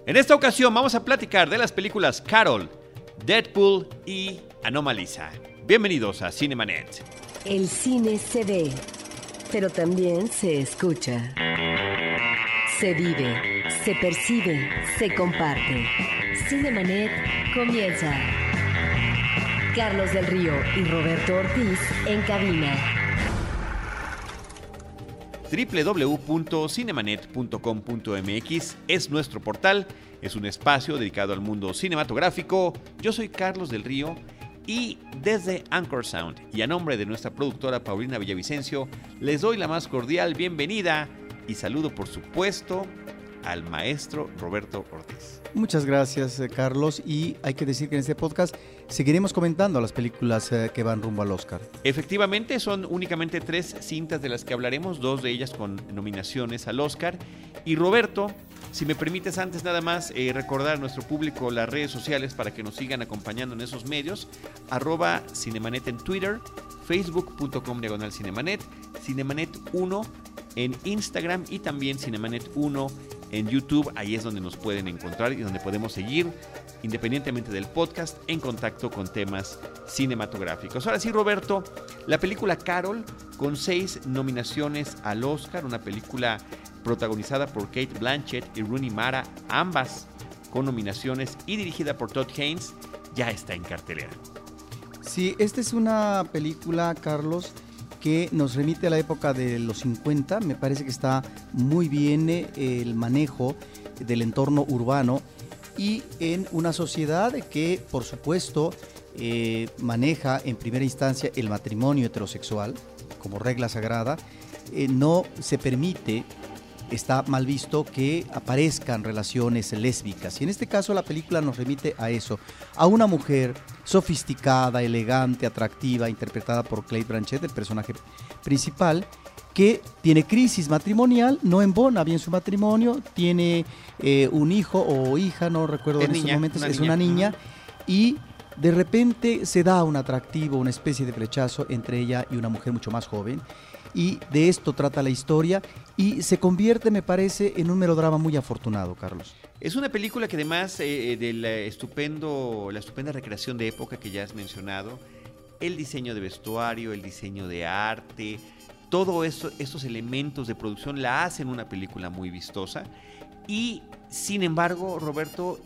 En esta ocasión vamos a platicar de las películas Carol, Deadpool y Anomalisa. Bienvenidos a Cinemanet. El cine se ve, pero también se escucha. Se vive, se percibe, se comparte. Cinemanet comienza. Carlos del Río y Roberto Ortiz en cabina. www.cinemanet.com.mx es nuestro portal, es un espacio dedicado al mundo cinematográfico. Yo soy Carlos del Río y desde Anchor Sound y a nombre de nuestra productora Paulina Villavicencio les doy la más cordial bienvenida y saludo por supuesto al maestro Roberto Ortiz. Muchas gracias, Carlos, y hay que decir que en este podcast seguiremos comentando las películas que van rumbo al Oscar. Efectivamente, son únicamente 3 cintas de las que hablaremos, 2 de ellas con nominaciones al Oscar. Y Roberto, si me permites antes nada más recordar a nuestro público las redes sociales para que nos sigan acompañando en esos medios, @Cinemanet en Twitter, facebook.com/Cinemanet, Cinemanet1 en Instagram y también Cinemanet1 en YouTube. Ahí es donde nos pueden encontrar y donde podemos seguir, independientemente del podcast, en contacto con temas cinematográficos. Ahora sí, Roberto, la película Carol, con 6 nominaciones al Oscar, una película protagonizada por Cate Blanchett y Rooney Mara, ambas con nominaciones, y dirigida por Todd Haynes, ya está en cartelera. Sí, esta es una película, Carlos, que nos remite a la época de los 50. Me parece que está muy bien el manejo del entorno urbano y en una sociedad que, por supuesto, maneja en primera instancia el matrimonio heterosexual como regla sagrada. No se permite, está mal visto que aparezcan relaciones lésbicas, y en este caso la película nos remite a eso, a una mujer sofisticada, elegante, atractiva, interpretada por Cate Blanchett, el personaje principal, que tiene crisis matrimonial, no embona bien su matrimonio, tiene un hijo o hija, no recuerdo en estos momentos, es una niña, y de repente se da un atractivo, una especie de flechazo entre ella y una mujer mucho más joven, y de esto trata la historia, y se convierte, me parece, en un melodrama muy afortunado, Carlos. Es una película que además de la estupenda recreación de época que ya has mencionado, el diseño de vestuario, el diseño de arte, todo eso, estos elementos de producción la hacen una película muy vistosa. Y sin embargo, Roberto,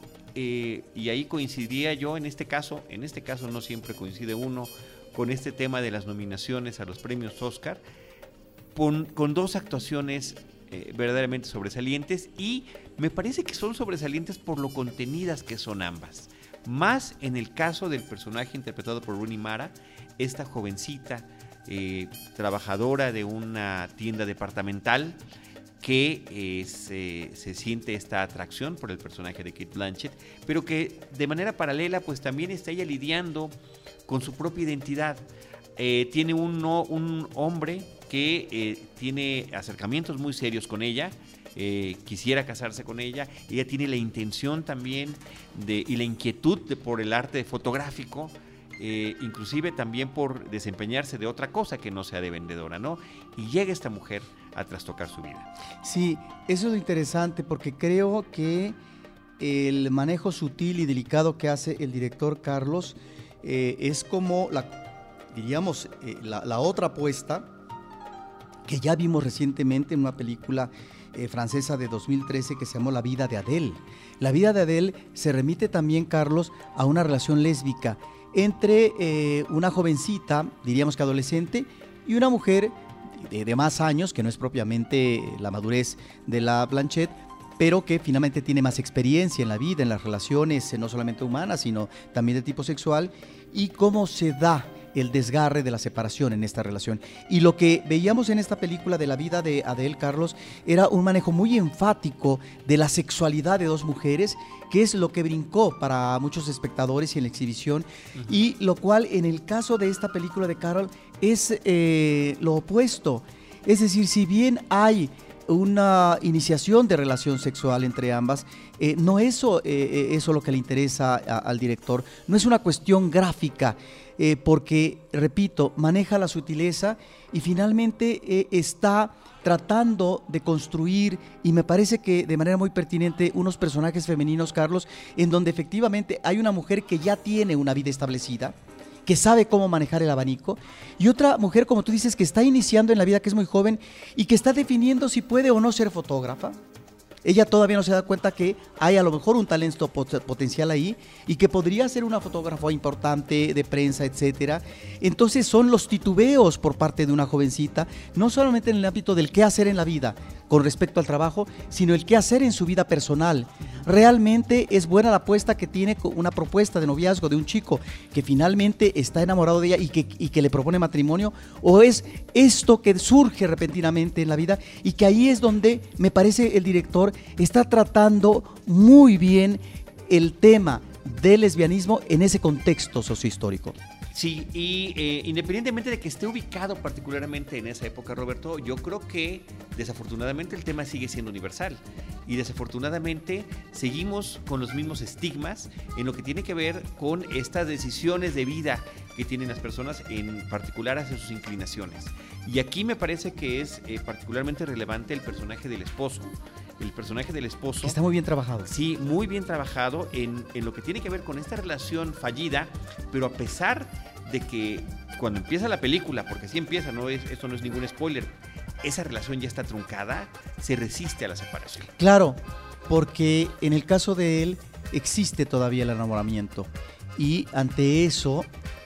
y ahí coincidiría yo en este caso no siempre coincide uno con este tema de las nominaciones a los premios Oscar, con 2 actuaciones verdaderamente sobresalientes, y me parece que son sobresalientes por lo contenidas que son ambas. Más en el caso del personaje interpretado por Rooney Mara, esta jovencita trabajadora de una tienda departamental que se siente esta atracción por el personaje de Cate Blanchett, pero que de manera paralela pues también está ella lidiando con su propia identidad. Tiene un hombre que tiene acercamientos muy serios con ella, quisiera casarse con ella. Ella tiene la intención también y la inquietud por el arte fotográfico, inclusive también por desempeñarse de otra cosa que no sea de vendedora, ¿no? Y llega esta mujer a trastocar su vida. Sí, eso es interesante porque creo que el manejo sutil y delicado que hace el director Carlos es como la otra apuesta que ya vimos recientemente en una película francesa de 2013 que se llamó La vida de Adele. La vida de Adele se remite también, Carlos, a una relación lésbica entre una jovencita, diríamos que adolescente, y una mujer de más años, que no es propiamente la madurez de la Blanchett, pero que finalmente tiene más experiencia en la vida, en las relaciones, no solamente humanas, sino también de tipo sexual, y cómo se da el desgarre de la separación en esta relación. Y lo que veíamos en esta película de La vida de Adele, Carlos, era un manejo muy enfático de la sexualidad de 2 mujeres, que es lo que brincó para muchos espectadores y en la exhibición, y lo cual en el caso de esta película de Carol es lo opuesto. Es decir, si bien hay una iniciación de relación sexual entre ambas, no eso lo que le interesa al director, no es una cuestión gráfica, porque, repito, maneja la sutileza y finalmente está tratando de construir, y me parece que de manera muy pertinente, unos personajes femeninos, Carlos, en donde efectivamente hay una mujer que ya tiene una vida establecida, que sabe cómo manejar el abanico, y otra mujer, como tú dices, que está iniciando en la vida, que es muy joven y que está definiendo si puede o no ser fotógrafa. Ella todavía no se da cuenta que hay a lo mejor un talento potencial ahí y que podría ser una fotógrafa importante de prensa, etcétera. Entonces son los titubeos por parte de una jovencita, no solamente en el ámbito del qué hacer en la vida con respecto al trabajo, sino el qué hacer en su vida personal. Realmente es buena la apuesta que tiene una propuesta de noviazgo de un chico que finalmente está enamorado de ella y que le propone matrimonio, o es esto que surge repentinamente en la vida, y que ahí es donde me parece el director está tratando muy bien el tema del lesbianismo en ese contexto sociohistórico. Sí, y independientemente de que esté ubicado particularmente en esa época, Roberto, yo creo que desafortunadamente el tema sigue siendo universal y desafortunadamente seguimos con los mismos estigmas en lo que tiene que ver con estas decisiones de vida que tienen las personas, en particular hacia sus inclinaciones. Y aquí me parece que es particularmente relevante el personaje del esposo. El personaje del esposo... Está muy bien trabajado. Sí, muy bien trabajado en lo que tiene que ver con esta relación fallida, pero a pesar de que cuando empieza la película, porque sí empieza, esto no es ningún spoiler, esa relación ya está truncada, se resiste a la separación. Claro, porque en el caso de él existe todavía el enamoramiento y ante eso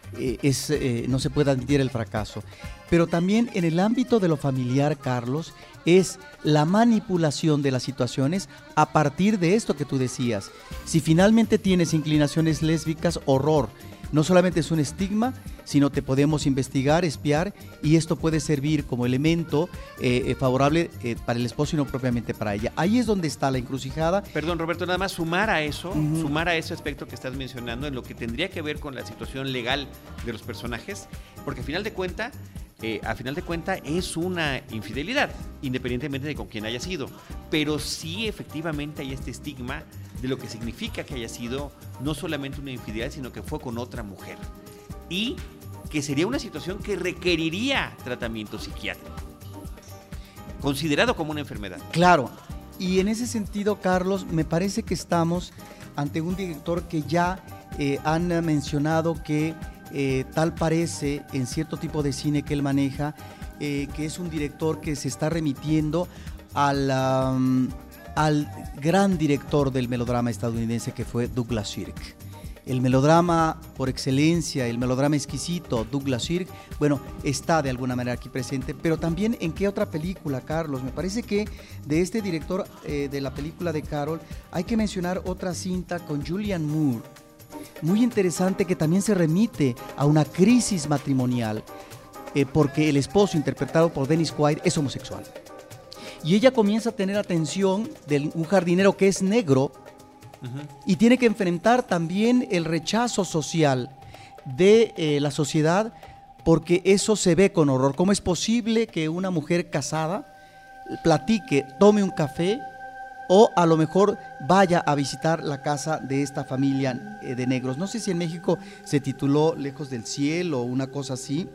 no se puede admitir el fracaso. Pero también en el ámbito de lo familiar, Carlos, es la manipulación de las situaciones a partir de esto que tú decías. Si finalmente tienes inclinaciones lésbicas, horror. No solamente es un estigma, sino te podemos investigar, espiar, y esto puede servir como elemento favorable para el esposo y no propiamente para ella. Ahí es donde está la encrucijada. Perdón, Roberto, nada más sumar a eso, sumar a ese aspecto que estás mencionando en lo que tendría que ver con la situación legal de los personajes, porque a final de cuentas es una infidelidad, independientemente de con quién haya sido, pero sí efectivamente hay este estigma de lo que significa que haya sido no solamente una infidelidad, sino que fue con otra mujer, y que sería una situación que requeriría tratamiento psiquiátrico, considerado como una enfermedad. Claro, y en ese sentido, Carlos, me parece que estamos ante un director que ya han mencionado que tal parece en cierto tipo de cine que él maneja, que es un director que se está remitiendo al gran director del melodrama estadounidense, que fue Douglas Sirk. El melodrama por excelencia, el melodrama exquisito, Douglas Sirk, bueno, está de alguna manera aquí presente, pero también en qué otra película, Carlos. Me parece que de este director de la película de Carol hay que mencionar otra cinta con Julianne Moore, muy interesante, que también se remite a una crisis matrimonial, porque el esposo, interpretado por Dennis Quaid, es homosexual. Y ella comienza a tener atención de un jardinero que es negro, y tiene que enfrentar también el rechazo social de la sociedad, porque eso se ve con horror. ¿Cómo es posible que una mujer casada platique, tome un café o a lo mejor vaya a visitar la casa de esta familia de negros? No sé si en México se tituló Lejos del Cielo o una cosa así.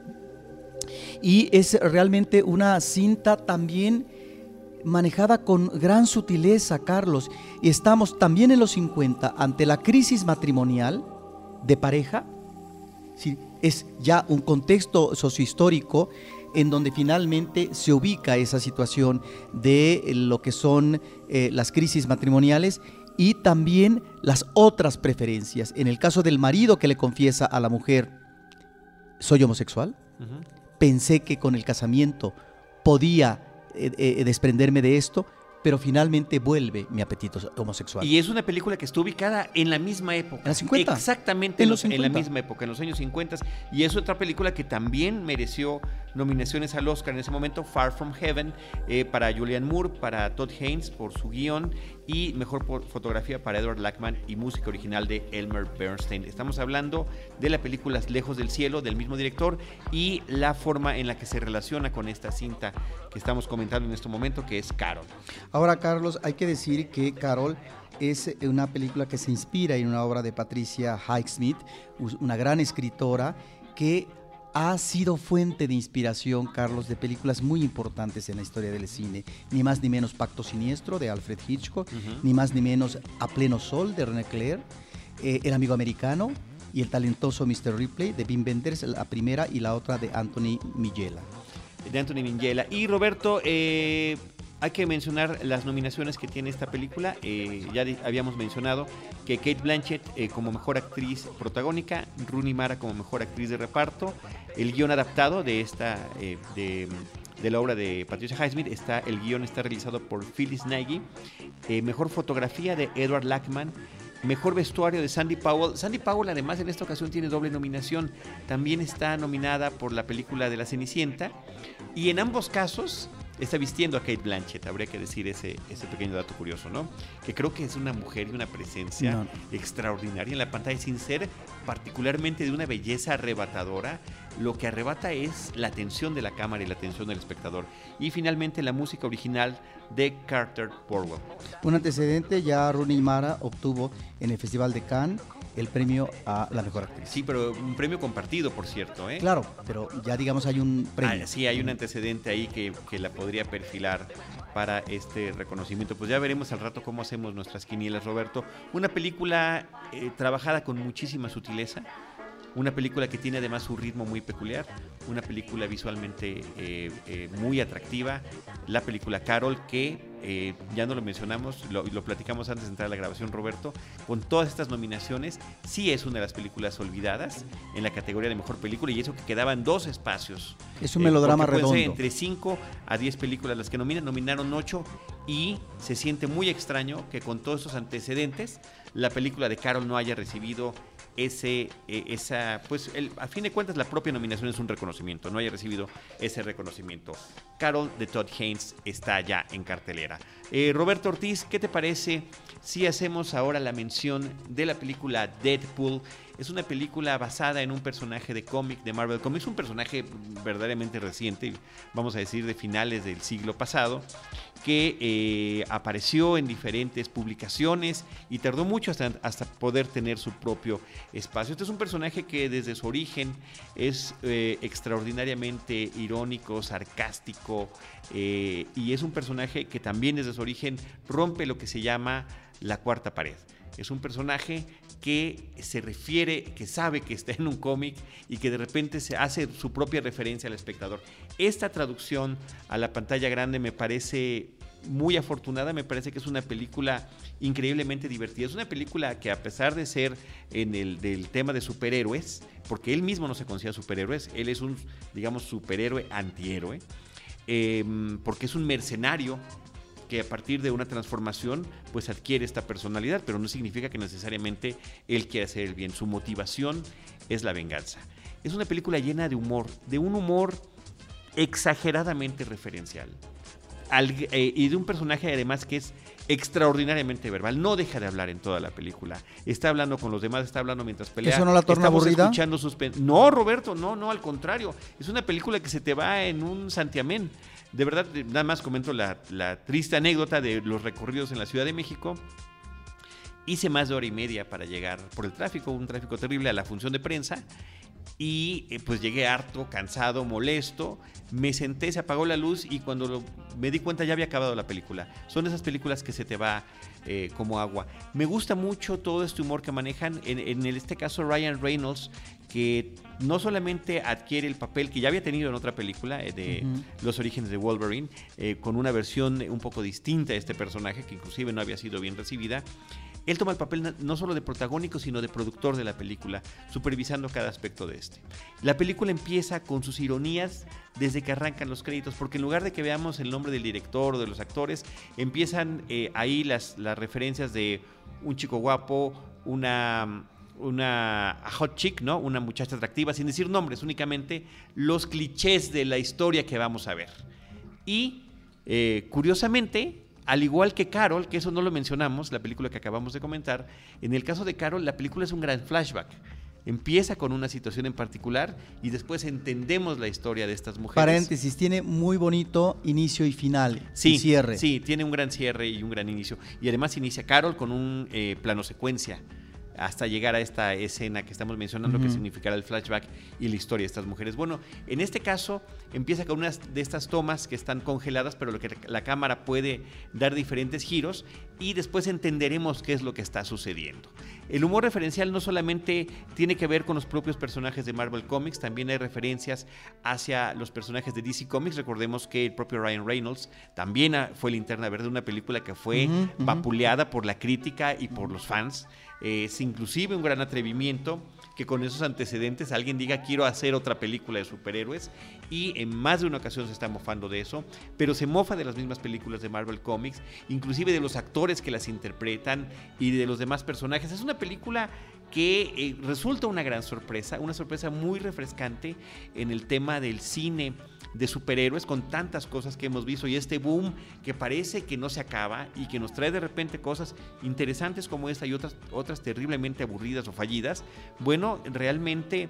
Y es realmente una cinta también manejada con gran sutileza, Carlos. Y estamos también en los 50 ante la crisis matrimonial de pareja. Sí, es ya un contexto sociohistórico en donde finalmente se ubica esa situación de lo que son las crisis matrimoniales y también las otras preferencias. En el caso del marido que le confiesa a la mujer, soy homosexual, pensé que con el casamiento podía desprenderme de esto, pero finalmente vuelve mi apetito homosexual. Y es una película que está ubicada en la misma época. ¿En los 50? Exactamente, en la misma época, en los años 50. Y es otra película que también mereció nominaciones al Oscar en ese momento, Far From Heaven, para Julianne Moore, para Todd Haynes por su guión, y mejor fotografía para Edward Lachman y música original de Elmer Bernstein. Estamos hablando de la película Lejos del Cielo, del mismo director, y la forma en la que se relaciona con esta cinta que estamos comentando en este momento, que es Carol. Ahora, Carlos, hay que decir que Carol es una película que se inspira en una obra de Patricia Highsmith, una gran escritora que ha sido fuente de inspiración, Carlos, de películas muy importantes en la historia del cine. Ni más ni menos Pacto Siniestro, de Alfred Hitchcock, ni más ni menos A Pleno Sol, de René Clair, El Amigo Americano y El Talentoso Mr. Ripley, de Wim Wenders, la primera, y la otra de Anthony Minghella. Y Roberto, hay que mencionar las nominaciones que tiene esta película. Ya habíamos mencionado que Cate Blanchett como mejor actriz protagónica, Rooney Mara como mejor actriz de reparto, el guión adaptado de la obra de Patricia Highsmith, el guión está realizado por Phyllis Nagy, mejor fotografía de Edward Lackman, mejor vestuario de Sandy Powell. Sandy Powell además en esta ocasión tiene doble nominación, también está nominada por la película de La Cenicienta, y en ambos casos está vistiendo a Cate Blanchett, habría que decir ese pequeño dato curioso, ¿no? Que creo que es una mujer y una presencia extraordinaria en la pantalla, sin ser particularmente de una belleza arrebatadora. Lo que arrebata es la atención de la cámara y la atención del espectador. Y finalmente la música original de Carter Burwell. Un antecedente, ya Rooney Mara obtuvo en el Festival de Cannes el premio a la mejor actriz. Sí, pero un premio compartido, por cierto, ¿eh? Claro, pero ya digamos hay un premio. Sí, hay un antecedente ahí que la podría perfilar para este reconocimiento. Pues ya veremos al rato cómo hacemos nuestras quinielas, Roberto. Una película trabajada con muchísima sutileza, una película que tiene además un ritmo muy peculiar, una película visualmente muy atractiva, la película Carol, que ya no lo mencionamos, lo platicamos antes de entrar a la grabación, Roberto, con todas estas nominaciones, sí es una de las películas olvidadas en la categoría de mejor película, y eso que quedaban 2 espacios. Es un melodrama redondo. Entre 5 a 10 películas las que nominaron 8, y se siente muy extraño que con todos esos antecedentes la película de Carol no haya recibido a fin de cuentas la propia nominación es un reconocimiento, no haya recibido ese reconocimiento. Carol de Todd Haynes está ya en cartelera. Roberto Ortiz, ¿qué te parece si hacemos ahora la mención de la película Deadpool? Es una película basada en un personaje de cómic de Marvel Comics, un personaje verdaderamente reciente, vamos a decir de finales del siglo pasado, que apareció en diferentes publicaciones y tardó mucho hasta poder tener su propio espacio. Este es un personaje que desde su origen es extraordinariamente irónico, sarcástico, y es un personaje que también desde su origen rompe lo que se llama la cuarta pared. Es un personaje que se refiere, que sabe que está en un cómic y que de repente se hace su propia referencia al espectador. Esta traducción a la pantalla grande me parece muy afortunada, me parece que es una película increíblemente divertida. Es una película que, a pesar de ser del tema de superhéroes, porque él mismo no se considera superhéroes, él es un, digamos, superhéroe antihéroe, porque es un mercenario que a partir de una transformación pues adquiere esta personalidad, pero no significa que necesariamente él quiera hacer el bien. Su motivación es la venganza. Es una película llena de humor, de un humor exageradamente referencial, y de un personaje además que es extraordinariamente verbal, no deja de hablar en toda la película, está hablando con los demás, está hablando mientras pelea. ¿Eso no la torna aburrida? Escuchando no, Roberto, no, al contrario, es una película que se te va en un santiamén. De verdad, nada más comento la triste anécdota de los recorridos en la Ciudad de México. Hice más de 1:30 para llegar por el tráfico, un tráfico terrible, a la función de prensa. Y pues llegué harto, cansado, molesto, me senté, se apagó la luz y cuando me di cuenta ya había acabado la película. Son esas películas que se te va como agua. Me gusta mucho todo este humor que manejan, en este caso Ryan Reynolds, que no solamente adquiere el papel que ya había tenido en otra película de Los Orígenes de Wolverine, con una versión un poco distinta de este personaje que inclusive no había sido bien recibida. Él toma el papel no solo de protagónico, sino de productor de la película, supervisando cada aspecto de este. La película empieza con sus ironías desde que arrancan los créditos, porque en lugar de que veamos el nombre del director o de los actores, empiezan ahí las referencias de un chico guapo, una hot chick, ¿no? Una muchacha atractiva, sin decir nombres, únicamente los clichés de la historia que vamos a ver. Y, curiosamente, al igual que Carol, que eso no lo mencionamos, la película que acabamos de comentar, en el caso de Carol, la película es un gran flashback. Empieza con una situación en particular y después entendemos la historia de estas mujeres. Paréntesis, tiene muy bonito inicio y final, sí, y cierre. Sí, tiene un gran cierre y un gran inicio. Y además inicia Carol con un plano secuencia hasta llegar a esta escena que estamos mencionando, que significará el flashback y la historia de estas mujeres. Bueno, en este caso empieza con una de estas tomas que están congeladas, pero lo que la cámara puede dar diferentes giros y después entenderemos qué es lo que está sucediendo. El humor referencial no solamente tiene que ver con los propios personajes de Marvel Comics, también hay referencias hacia los personajes de DC Comics. Recordemos que el propio Ryan Reynolds también fue Linterna Verde, una película que fue vapuleada por la crítica y por los fans. Es inclusive un gran atrevimiento que con esos antecedentes alguien diga quiero hacer otra película de superhéroes, y en más de una ocasión se está mofando de eso, pero se mofa de las mismas películas de Marvel Comics, inclusive de los actores que las interpretan y de los demás personajes. Es una película que resulta una gran sorpresa, una sorpresa muy refrescante en el tema del cine de superhéroes, con tantas cosas que hemos visto y este boom que parece que no se acaba y que nos trae de repente cosas interesantes como esta y otras terriblemente aburridas o fallidas. Bueno, realmente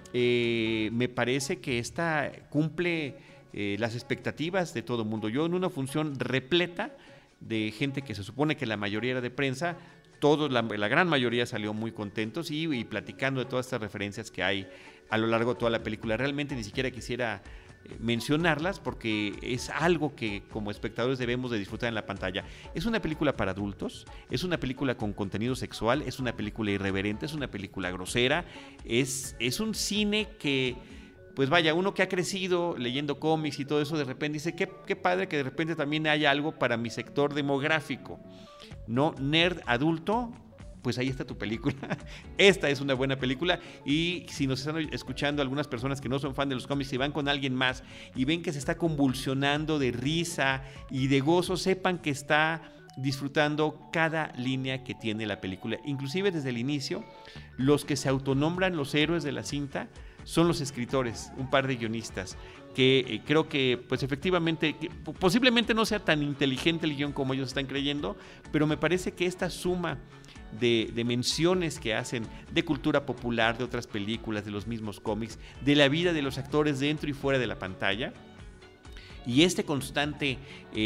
me parece que esta cumple las expectativas de todo el mundo. Yo en una función repleta de gente que se supone que la mayoría era de prensa, la gran mayoría salió muy contentos y platicando de todas estas referencias que hay a lo largo de toda la película. Realmente ni siquiera quisiera mencionarlas porque es algo que como espectadores debemos de disfrutar en la pantalla. Es una película para adultos, es una película con contenido sexual, es una película irreverente, es una película grosera, es un cine que, pues vaya, uno que ha crecido leyendo cómics y todo eso, de repente dice, qué padre que de repente también haya algo para mi sector demográfico, ¿no? Nerd adulto, pues ahí está tu película. Esta es una buena película, y si nos están escuchando algunas personas que no son fan de los cómics y van con alguien más y ven que se está convulsionando de risa y de gozo, sepan que está disfrutando cada línea que tiene la película. Inclusive desde el inicio, los que se autonombran los héroes de la cinta son los escritores, un par de guionistas, que creo que pues efectivamente, que posiblemente no sea tan inteligente el guión como ellos están creyendo, pero me parece que esta suma de menciones que hacen de cultura popular, de otras películas, de los mismos cómics, de la vida de los actores dentro y fuera de la pantalla, y esta constante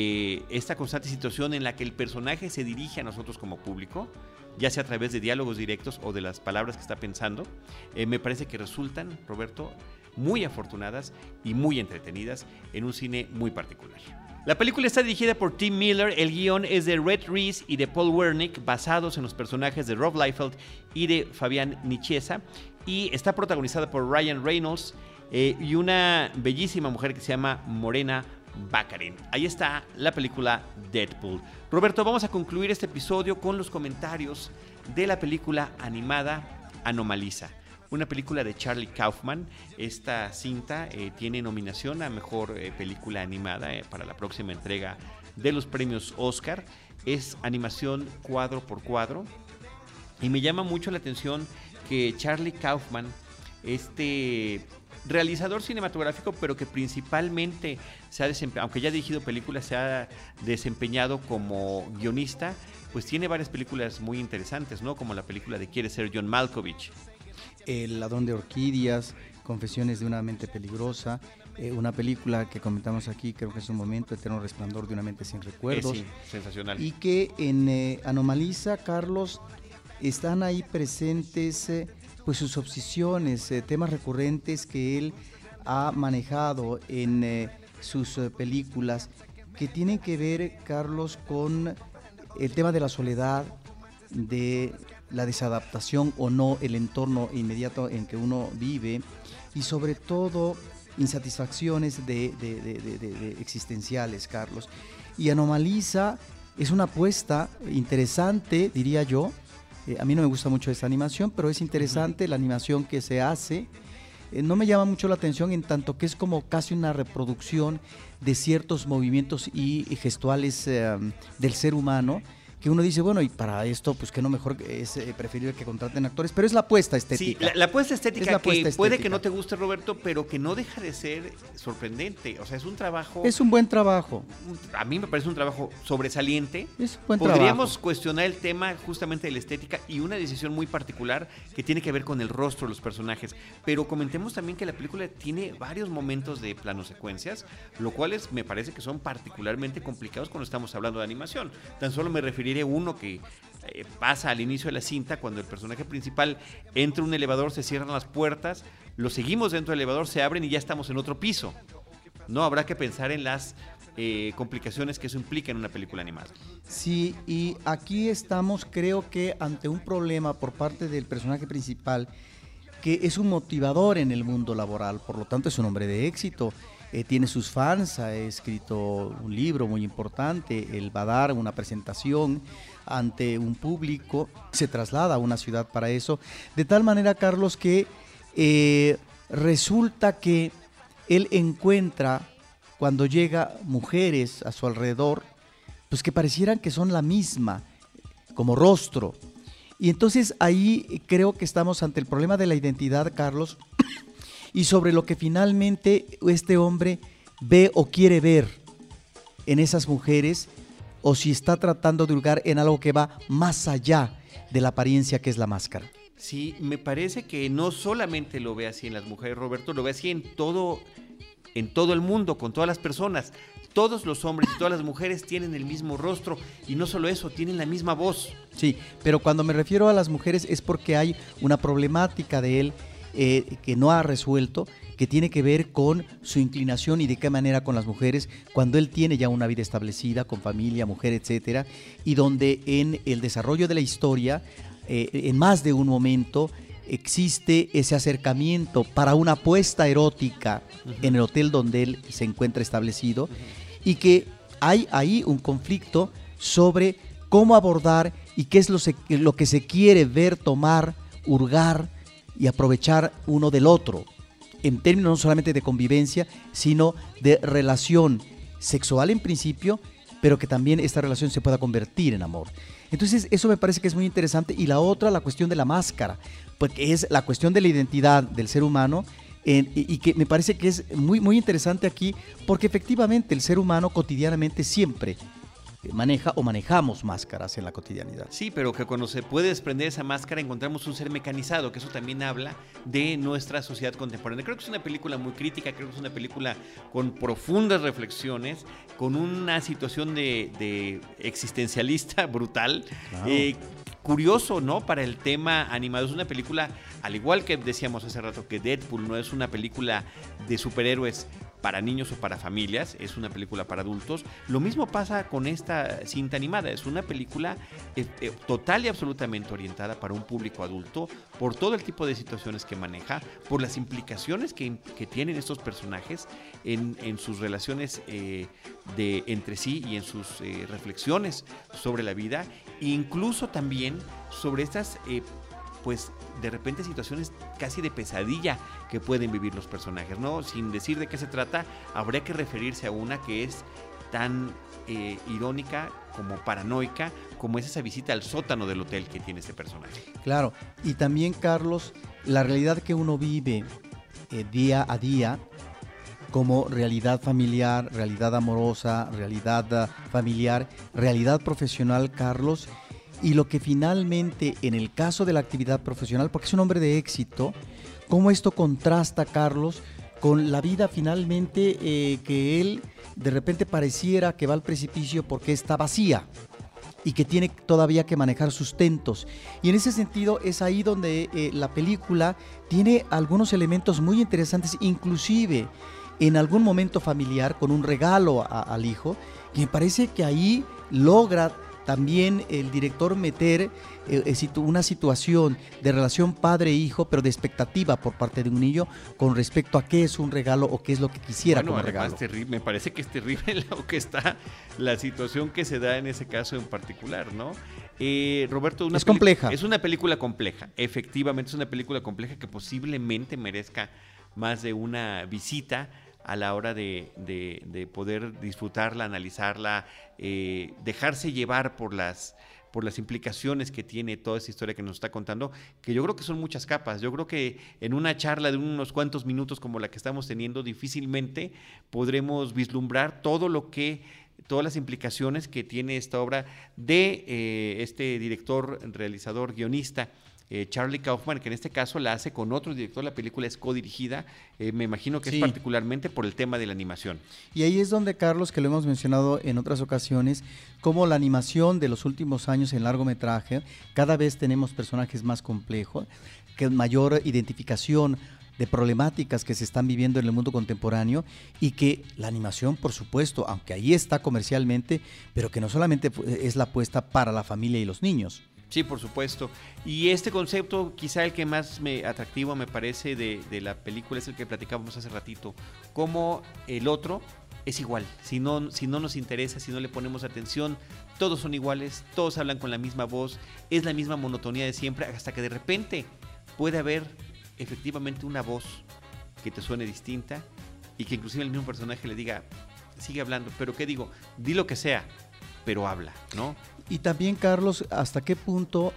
situación en la que el personaje se dirige a nosotros como público, ya sea a través de diálogos directos o de las palabras que está pensando, me parece que resultan, Roberto, muy afortunadas y muy entretenidas en un cine muy particular. La película está dirigida por Tim Miller, el guión es de Rhett Reese y de Paul Wernick, basados en los personajes de Rob Liefeld y de Fabián Nicieza, y está protagonizada por Ryan Reynolds y una bellísima mujer que se llama Morena Baccarin. Ahí está la película Deadpool. Roberto, vamos a concluir este episodio con los comentarios de la película animada Anomalisa, una película de Charlie Kaufman. Esta cinta tiene nominación a Mejor Película Animada para la próxima entrega de los premios Oscar. Es animación cuadro por cuadro y me llama mucho la atención que Charlie Kaufman, este realizador cinematográfico, pero que principalmente se ha desempeñado, aunque ya ha dirigido películas, se ha desempeñado como guionista, pues tiene varias películas muy interesantes, ¿no? Como la película de Quiere ser John Malkovich, El ladrón de orquídeas, Confesiones de una mente peligrosa, una película que comentamos aquí, creo que es un momento, Eterno resplandor de una mente sin recuerdos. Sí, sensacional. Y que en Anomalisa, Carlos, están ahí presentes pues sus obsesiones, temas recurrentes que él ha manejado en sus películas, que tienen que ver, Carlos, con el tema de la soledad, de la desadaptación o no, el entorno inmediato en que uno vive, y sobre todo insatisfacciones de existenciales, Carlos. Y Anomalisa es una apuesta interesante, diría yo. A mí no me gusta mucho esta animación, pero es interesante la animación que se hace. No me llama mucho la atención en tanto que es como casi una reproducción de ciertos movimientos y gestuales del ser humano, que uno dice, bueno, y para esto, pues que no mejor es preferible que contraten actores, pero es la apuesta estética. Sí, la apuesta estética es la que apuesta puede estética. que no te guste, Roberto, pero que no deja de ser sorprendente. O sea, es un trabajo... Es un buen trabajo. A mí me parece un trabajo sobresaliente. Es un buen Podríamos trabajo. cuestionar el tema justamente de la estética y una decisión muy particular que tiene que ver con el rostro de los personajes. Pero comentemos también que la película tiene varios momentos de planosecuencias, lo cual me parece que son particularmente complicados cuando estamos hablando de animación. Tan solo me referiría sugeriré uno que pasa al inicio de la cinta, cuando el personaje principal entra a un elevador, se cierran las puertas, lo seguimos dentro del elevador, se abren y ya estamos en otro piso. No, habrá que pensar en las complicaciones que eso implica en una película animada. Sí, y aquí estamos, creo que ante un problema por parte del personaje principal, que es un motivador en el mundo laboral, por lo tanto es un hombre de éxito, tiene sus fans, ha escrito un libro muy importante, él va a dar una presentación ante un público, se traslada a una ciudad para eso, de tal manera, Carlos, que resulta que él encuentra, cuando llega, mujeres a su alrededor, pues que parecieran que son la misma, como rostro. Y entonces ahí creo que estamos ante el problema de la identidad, Carlos, y sobre lo que finalmente este hombre ve o quiere ver en esas mujeres, o si está tratando de hurgar en algo que va más allá de la apariencia que es la máscara. Sí, me parece que no solamente lo ve así en las mujeres, Roberto, lo ve así en todo el mundo, con todas las personas. Todos los hombres y todas las mujeres tienen el mismo rostro, y no solo eso, tienen la misma voz. Sí, pero cuando me refiero a las mujeres es porque hay una problemática de él que no ha resuelto, que tiene que ver con su inclinación y de qué manera con las mujeres, cuando él tiene ya una vida establecida, con familia, mujer, etcétera, y donde en el desarrollo de la historia, en más de un momento, existe ese acercamiento para una apuesta erótica en el hotel donde él se encuentra establecido, y que hay ahí un conflicto sobre cómo abordar y qué es lo que se quiere ver, tomar, hurgar y aprovechar uno del otro, en términos no solamente de convivencia, sino de relación sexual en principio, pero que también esta relación se pueda convertir en amor. Entonces eso me parece que es muy interesante. Y la otra, la cuestión de la máscara, porque es la cuestión de la identidad del ser humano, y que me parece que es muy, muy interesante aquí, porque efectivamente el ser humano cotidianamente siempre maneja o manejamos máscaras en la cotidianidad. Sí, pero que cuando se puede desprender esa máscara encontramos un ser mecanizado, que eso también habla de nuestra sociedad contemporánea. Creo que es una película muy crítica, creo que es una película con profundas reflexiones, con una situación de existencialista brutal. Claro. Curioso, ¿no? Para el tema animado. Es una película, al igual que decíamos hace rato, que Deadpool no es una película de superhéroes para niños o para familias, es una película para adultos. Lo mismo pasa con esta cinta animada, es una película total y absolutamente orientada para un público adulto, por todo el tipo de situaciones que maneja, por las implicaciones que tienen estos personajes en sus relaciones entre sí y en sus reflexiones sobre la vida, e incluso también sobre estas pues de repente situaciones casi de pesadilla que pueden vivir los personajes, ¿no? Sin decir de qué se trata, habría que referirse a una que es tan irónica como paranoica, como es esa visita al sótano del hotel que tiene este personaje. Claro, y también, Carlos, la realidad que uno vive día a día, como realidad familiar, realidad amorosa, realidad familiar, realidad profesional, Carlos, y lo que finalmente, en el caso de la actividad profesional, porque es un hombre de éxito, cómo esto contrasta, Carlos, con la vida finalmente que él de repente pareciera que va al precipicio porque está vacía y que tiene todavía que manejar sustentos. Y en ese sentido es ahí donde la película tiene algunos elementos muy interesantes, inclusive en algún momento familiar, con un regalo al hijo, y me parece que ahí logra también el director meter una situación de relación padre-hijo, pero de expectativa por parte de un niño con respecto a qué es un regalo o qué es lo que quisiera como regalo. Me parece que es terrible lo que está, la situación que se da en ese caso en particular, ¿no? Roberto, es compleja. Es una película compleja, efectivamente es una película compleja que posiblemente merezca más de una visita a la hora de poder disfrutarla, analizarla, dejarse llevar por las implicaciones que tiene toda esa historia que nos está contando, que yo creo que son muchas capas. Yo creo que en una charla de unos cuantos minutos como la que estamos teniendo, difícilmente podremos vislumbrar todo lo que todas las implicaciones que tiene esta obra de este director, realizador, guionista, Charlie Kaufman, que en este caso la hace con otro director. La película es codirigida, me imagino que es particularmente por el tema de la animación. Y ahí es donde, Carlos, que lo hemos mencionado en otras ocasiones, como la animación de los últimos años en largometraje, cada vez tenemos personajes más complejos, que mayor identificación de problemáticas que se están viviendo en el mundo contemporáneo, y que la animación, por supuesto, aunque ahí está comercialmente, pero que no solamente es la apuesta para la familia y los niños. Sí, por supuesto. Y este concepto, quizá el que más atractivo me parece de la película, es el que platicábamos hace ratito, cómo el otro es igual. Si no nos interesa, si no le ponemos atención, todos son iguales, todos hablan con la misma voz, es la misma monotonía de siempre, hasta que de repente puede haber efectivamente una voz que te suene distinta y que inclusive el mismo personaje le diga, sigue hablando, pero ¿qué digo? Di lo que sea, pero habla, ¿no? Y también, Carlos, ¿hasta qué punto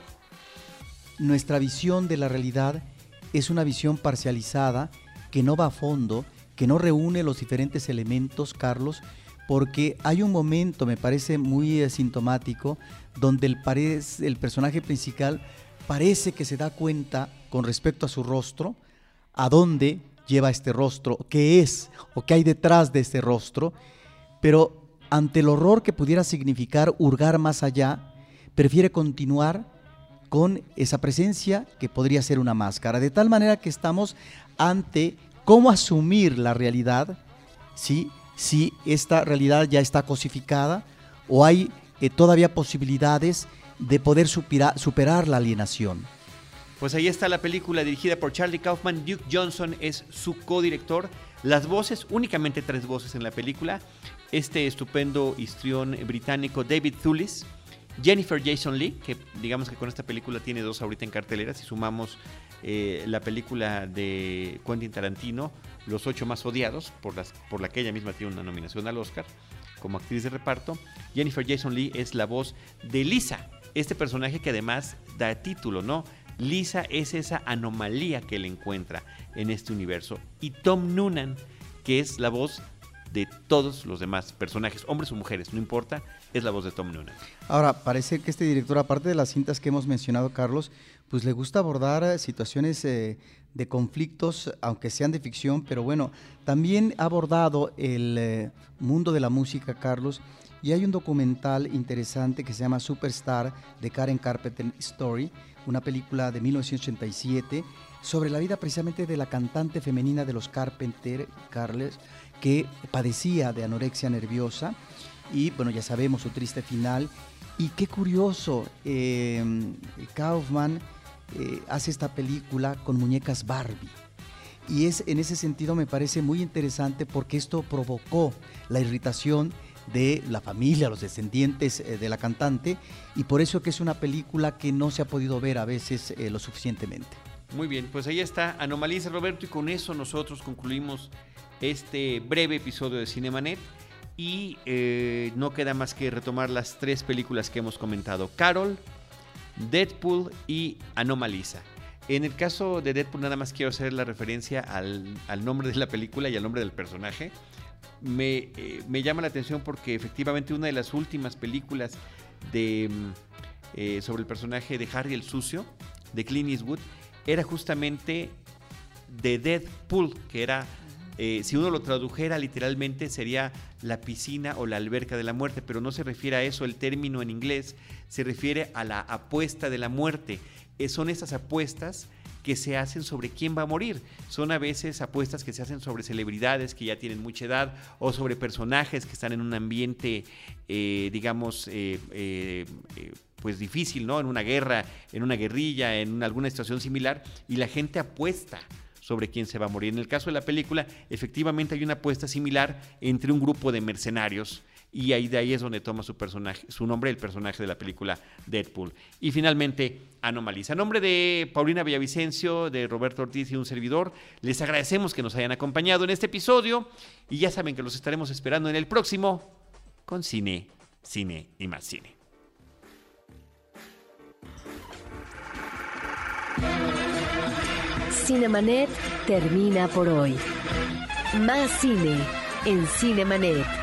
nuestra visión de la realidad es una visión parcializada, que no va a fondo, que no reúne los diferentes elementos, Carlos? Porque hay un momento, me parece muy sintomático, donde el personaje principal parece que se da cuenta con respecto a su rostro, a dónde lleva este rostro, qué es o qué hay detrás de este rostro, pero ante el horror que pudiera significar hurgar más allá, prefiere continuar con esa presencia que podría ser una máscara, de tal manera que estamos ante cómo asumir la realidad, si esta realidad ya está cosificada o hay todavía posibilidades de poder superar la alienación. Pues ahí está la película, dirigida por Charlie Kaufman. Duke Johnson es su codirector. Las voces, únicamente 3 voces en la película. Este estupendo histrión británico David Thewlis, Jennifer Jason Leigh, que digamos que con esta película tiene 2 ahorita en cartelera. Si sumamos la película de Quentin Tarantino, Los 8 más odiados, por la que ella misma tiene una nominación al Oscar como actriz de reparto. Jennifer Jason Leigh es la voz de Lisa, este personaje que además da título, ¿no? Lisa es esa anomalía que él encuentra en este universo. Y Tom Noonan, que es la voz de todos los demás personajes, hombres o mujeres, no importa, es la voz de Tom Noonan. Ahora, parece que este director, aparte de las cintas que hemos mencionado, Carlos, pues le gusta abordar situaciones de conflictos, aunque sean de ficción, pero bueno, también ha abordado el mundo de la música, Carlos, y hay un documental interesante que se llama Superstar, de Karen Carpenter Story, una película de 1987 sobre la vida precisamente de la cantante femenina de los Carpenter, Carles, que padecía de anorexia nerviosa y bueno, ya sabemos su triste final. Y qué curioso, Kaufman hace esta película con muñecas Barbie. Y en ese sentido me parece muy interesante, porque esto provocó la irritación de la familia, los descendientes de la cantante, y por eso que es una película que no se ha podido ver a veces lo suficientemente. Muy bien, pues ahí está Anomalisa, Roberto, y con eso nosotros concluimos este breve episodio de Cinemanet, y no queda más que retomar las 3 películas que hemos comentado: Carol, Deadpool y Anomalisa. En el caso de Deadpool, nada más quiero hacer la referencia al nombre de la película y al nombre del personaje. Me llama la atención porque efectivamente una de las últimas películas sobre el personaje de Harry el Sucio, de Clint Eastwood, era justamente The Deadpool, que era, si uno lo tradujera literalmente, sería la piscina o la alberca de la muerte, pero no se refiere a eso. El término en inglés se refiere a la apuesta de la muerte. Son esas apuestas que se hacen sobre quién va a morir. Son a veces apuestas que se hacen sobre celebridades que ya tienen mucha edad, o sobre personajes que están en un ambiente, pues difícil, ¿no? En una guerra, en una guerrilla, en alguna situación similar, y la gente apuesta sobre quién se va a morir. En el caso de la película, efectivamente hay una apuesta similar entre un grupo de mercenarios, y de ahí es donde toma su nombre el personaje de la película Deadpool. Y finalmente, Anomalisa. A nombre de Paulina Villavicencio, de Roberto Ortiz y un servidor, les agradecemos que nos hayan acompañado en este episodio, y ya saben que los estaremos esperando en el próximo con Cine, Cine y más Cine. Cinemanet termina por hoy. Más cine en Cinemanet.